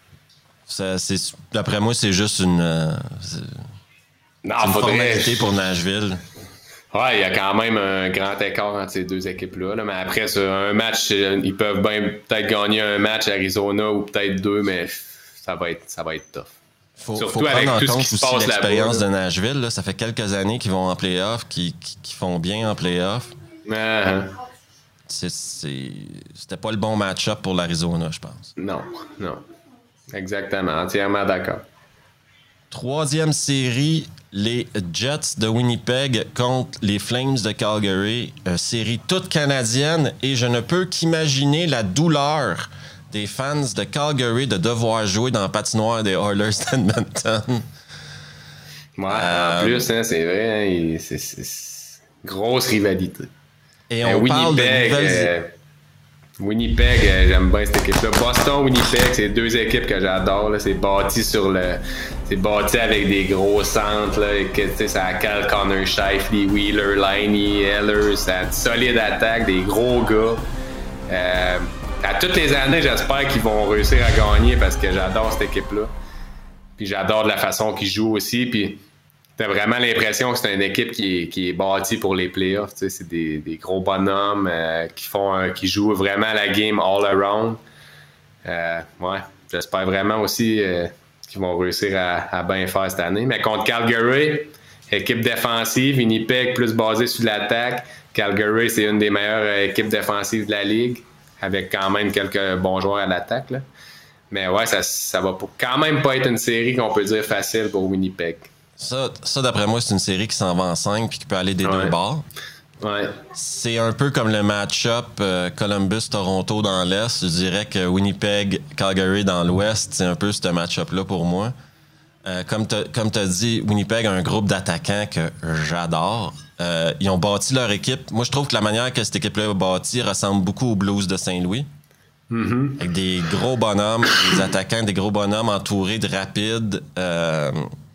Ça, c'est, d'après moi, c'est juste une, euh, c'est, non, c'est une faudrait... formalité pour Nashville. Ouais, il y a quand même un grand écart entre ces deux équipes-là. Là. Mais après, ça, un match, ils peuvent bien peut-être gagner un match à Arizona ou peut-être deux, mais ça va être, ça va être tough. Faut, Surtout faut avec prendre tout en compte ce qui aussi se passe l'expérience là-bas. de Nashville. Là. Ça fait quelques années qu'ils vont en play-off, qu'ils, qu'ils font bien en play-off. Uh-huh. C'est, c'est, c'était pas le bon match-up pour l'Arizona, je pense. Non, non. Exactement, entièrement d'accord. Troisième série, les Jets de Winnipeg contre les Flames de Calgary. Une série toute canadienne et je ne peux qu'imaginer la douleur des fans de Calgary de devoir jouer dans la patinoire des Oilers d'Edmonton. Ouais, euh, en plus, hein, c'est vrai, hein, c'est, c'est, c'est grosse rivalité. Et on euh, parle Winnipeg, de nouvelles... euh... Winnipeg, euh, j'aime bien cette équipe-là. Boston, Winnipeg, c'est deux équipes que j'adore. Là. C'est bâti sur le. C'est bâti avec des gros centres. Là, et que, ça cale Connor Scheifele, Wheeler, Liney, Heller. C'est une solide attaque, des gros gars. Euh, à toutes les années, j'espère qu'ils vont réussir à gagner parce que j'adore cette équipe-là. Puis j'adore de la façon qu'ils jouent aussi. Puis t'as vraiment l'impression que c'est une équipe qui est, qui est bâtie pour les playoffs. Tu sais, c'est des, des gros bonhommes euh, qui font euh, qui jouent vraiment la game all around. Euh, ouais, j'espère vraiment aussi euh, qu'ils vont réussir à, à bien faire cette année. Mais contre Calgary, équipe défensive, Winnipeg plus basée sur l'attaque. Calgary, c'est une des meilleures équipes défensives de la ligue, avec quand même quelques bons joueurs à l'attaque. Là. Mais ouais, ça, ça va pour quand même pas être une série qu'on peut dire facile pour Winnipeg. Ça, ça d'après moi, c'est une série qui s'en va en cinq puis qui peut aller des ouais. deux bords. Ouais. C'est un peu comme le match-up euh, Columbus-Toronto dans l'Est. Je dirais que Winnipeg-Calgary dans l'Ouest, c'est un peu ce match-up-là pour moi. Euh, comme tu as dit, Winnipeg a un groupe d'attaquants que j'adore. Euh, ils ont bâti leur équipe. Moi, je trouve que la manière que cette équipe-là est bâtie ressemble beaucoup aux Blues de Saint-Louis. Mm-hmm. Avec des gros bonhommes, des attaquants, des gros bonhommes entourés de rapides. Euh,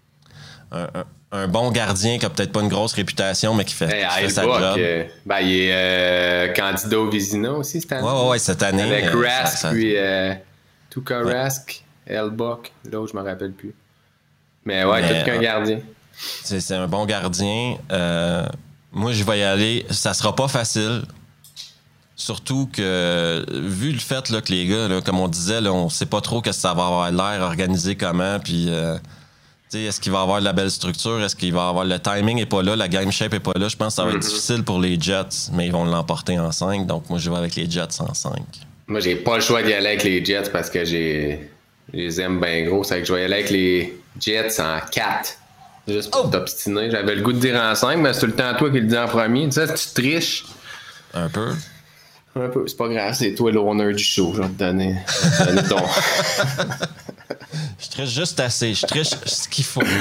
un, un, un bon gardien qui a peut-être pas une grosse réputation, mais qui fait, hey, qui fait sa Buck, job. Euh, ben, il est euh, candidat au Vizina aussi cette année. Ouais, ouais, ouais, cette année. Avec euh, Rask, ça, ça... puis euh, Tuukka ouais. Rask, Elbuck, l'autre, je me rappelle plus. Mais ouais, mais, tout qu'un euh, gardien. C'est un bon gardien. Euh, moi, je vais y aller. Ça sera pas facile. Surtout que, vu le fait là, que les gars, là, comme on disait, là, on sait pas trop que ça va avoir l'air organisé comment, puis euh, est-ce qu'il va avoir de la belle structure, est-ce qu'il va avoir le timing est pas là, la game shape est pas là. Je pense que ça va être mm-hmm. difficile pour les Jets, mais ils vont l'emporter en cinq, donc moi je vais avec les Jets en cinq. Moi, j'ai pas le choix d'y aller avec les Jets parce que j'ai je les aime bien gros, c'est que je vais y aller avec les Jets en quatre. Juste pour oh! t'obstiner. J'avais le goût de dire en cinq, mais c'est tout le temps toi qui le dis en premier. Tu sais, tu triches. Un peu. Un peu, c'est pas grave, c'est toi l'honneur du show, je vais te donner, je vais te donner ton. Je triche juste assez, je triche ce qu'il faut.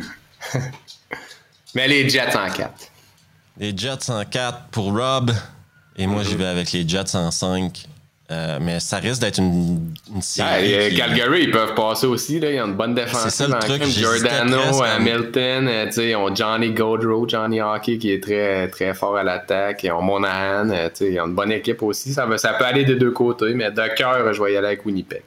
Mais les Jets en quatre. Les Jets en quatre pour Rob, et moi mm-hmm. j'y vais avec les Jets en cinq. Euh, mais ça risque d'être une, une série. Ah, qui... Calgary, ils peuvent passer aussi. Là. Ils ont une bonne défense. C'est ça le truc. Giordano, Hamilton, euh, ils ont Johnny Gaudreau, Johnny Hockey qui est très, très fort à l'attaque. Ils ont Monahan. Euh, ils ont une bonne équipe aussi. Ça, va, ça peut aller des deux côtés, mais de cœur, je vais y aller avec Winnipeg.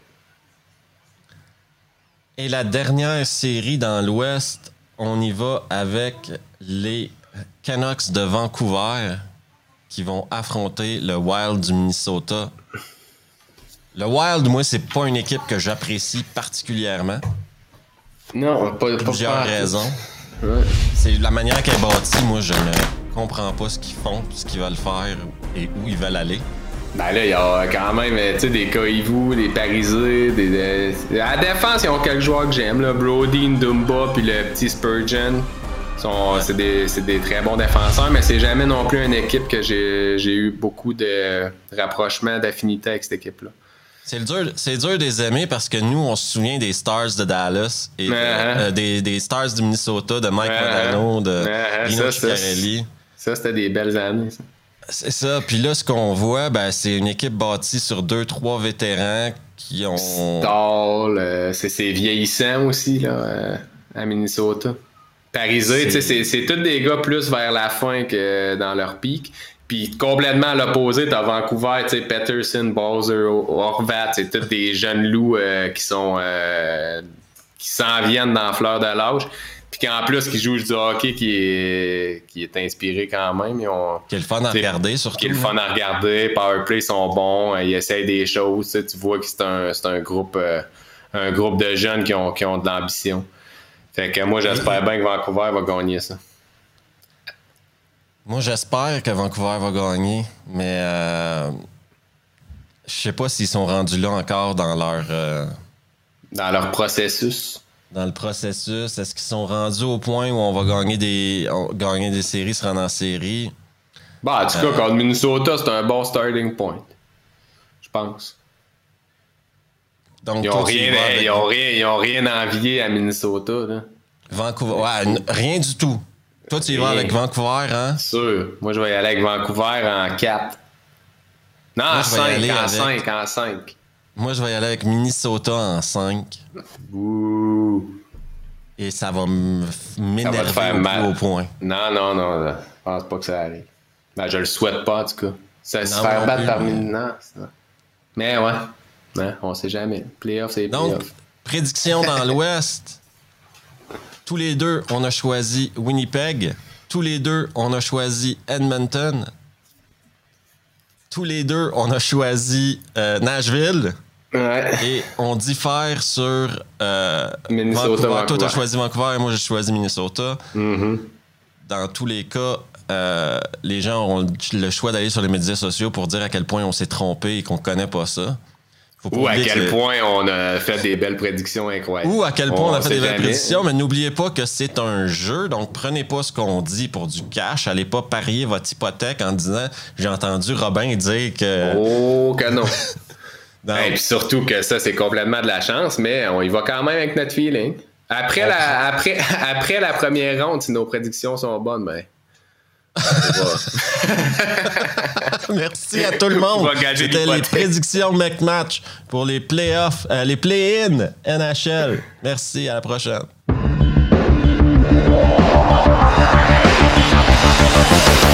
Et la dernière série dans l'Ouest, on y va avec les Canucks de Vancouver qui vont affronter le Wild du Minnesota. Le Wild, moi, c'est pas une équipe que j'apprécie particulièrement. Non, pas, pour plusieurs pas raisons. Ouais. C'est la manière qu'elle est bâtie, moi, je ne comprends pas ce qu'ils font, ce qu'ils veulent faire et où ils veulent aller. Ben là, il y a quand même tu sais, des Koivu, des Parisés, des, des... À la défense, ils ont quelques joueurs que j'aime, là. Brody, Ndumba, puis le petit Spurgeon. Sont, c'est, des, c'est des très bons défenseurs, mais c'est jamais non plus une équipe que j'ai, j'ai eu beaucoup de rapprochement, d'affinité avec cette équipe-là. C'est dur, c'est dur de les aimer parce que nous, on se souvient des Stars de Dallas, et, uh-huh. euh, des, des Stars du Minnesota, de Mike uh-huh. Modano, de uh-huh. Rino Ciccarelli. Ça, c'était des belles années, ça. C'est ça. Puis là, ce qu'on voit, ben, c'est une équipe bâtie sur deux, trois vétérans qui ont... Stall, euh, c'est, c'est vieillissant aussi, là, euh, à Minnesota. Parisé, tu sais, c'est, c'est tous des gars plus vers la fin que dans leur pic. Puis complètement à l'opposé, t'as Vancouver, tu sais, Peterson, Bowser, Horvat, c'est tous des jeunes loups euh, qui sont euh, qui s'en viennent dans la fleur de l'âge. Puis qu'en plus, qui jouent du hockey qui est, qui est inspiré quand même. Ils ont, qui est le fun à regarder, surtout. Qui est le fun à regarder. Powerplay sont bons. Ils essayent des choses. Tu vois que c'est un, c'est un groupe euh, un groupe de jeunes qui ont, qui ont de l'ambition. Fait que moi, j'espère bien que Vancouver va gagner ça. Moi, j'espère que Vancouver va gagner, mais euh, je sais pas s'ils sont rendus là encore dans leur... Euh, dans leur processus. Dans le processus. Est-ce qu'ils sont rendus au point où on va gagner des, on, gagner des séries, se rendre en série? Bah, en tout euh, cas, contre Minnesota, c'est un bon starting point. Je pense. Donc, ils n'ont rien, avec... ils ont rien, ils ont rien envié à Minnesota. Là. Vancouver, ouais, rien du tout. Toi, tu y vas avec Vancouver, hein? Sûr. Moi, je vais y aller avec Vancouver en quatre. Non, Moi, en je vais y cinq, aller en avec- cinq, en cinq. Moi, je vais y aller avec Minnesota en cinq. Ouh. Et ça va m- Ça va te m'énerver faire au plus mal. haut point. Non, non, non. là. Je pense pas que ça arrive. Ben, je le souhaite pas, en tout cas. Ça se Non, faire non battre plus, par mais- Minnesota. Mais ouais. Hein, on sait jamais. Playoff, c'est Donc, playoff. prédiction dans l'Ouest. Tous les deux, on a choisi Winnipeg. Tous les deux, on a choisi Edmonton. Tous les deux, on a choisi euh, Nashville. Ouais. Et on diffère sur euh, Minnesota, Vancouver. Toi, Vancouver. tu as choisi Vancouver et moi, j'ai choisi Minnesota. Mhm. Dans tous les cas, euh, les gens auront le choix d'aller sur les médias sociaux pour dire à quel point on s'est trompé et qu'on connaît pas ça. Faut pas Ou à oublier quel que- point on a fait des belles prédictions incroyables. Ou à quel point on, a fait sait des belles jamais. prédictions, mais n'oubliez pas que c'est un jeu, donc prenez pas ce qu'on dit pour du cash. Allez pas parier votre hypothèque en disant j'ai entendu Robin dire que. Oh, que non. Non. Et puis surtout que ça, c'est complètement de la chance, mais on y va quand même avec notre feeling. Après, la, après, après la première ronde, si nos prédictions sont bonnes, ben. on va- Merci à tout le monde. On va gager C'était les l'hypothèque. prédictions McMatch pour les playoffs, euh, les play-in N H L. Merci, à la prochaine.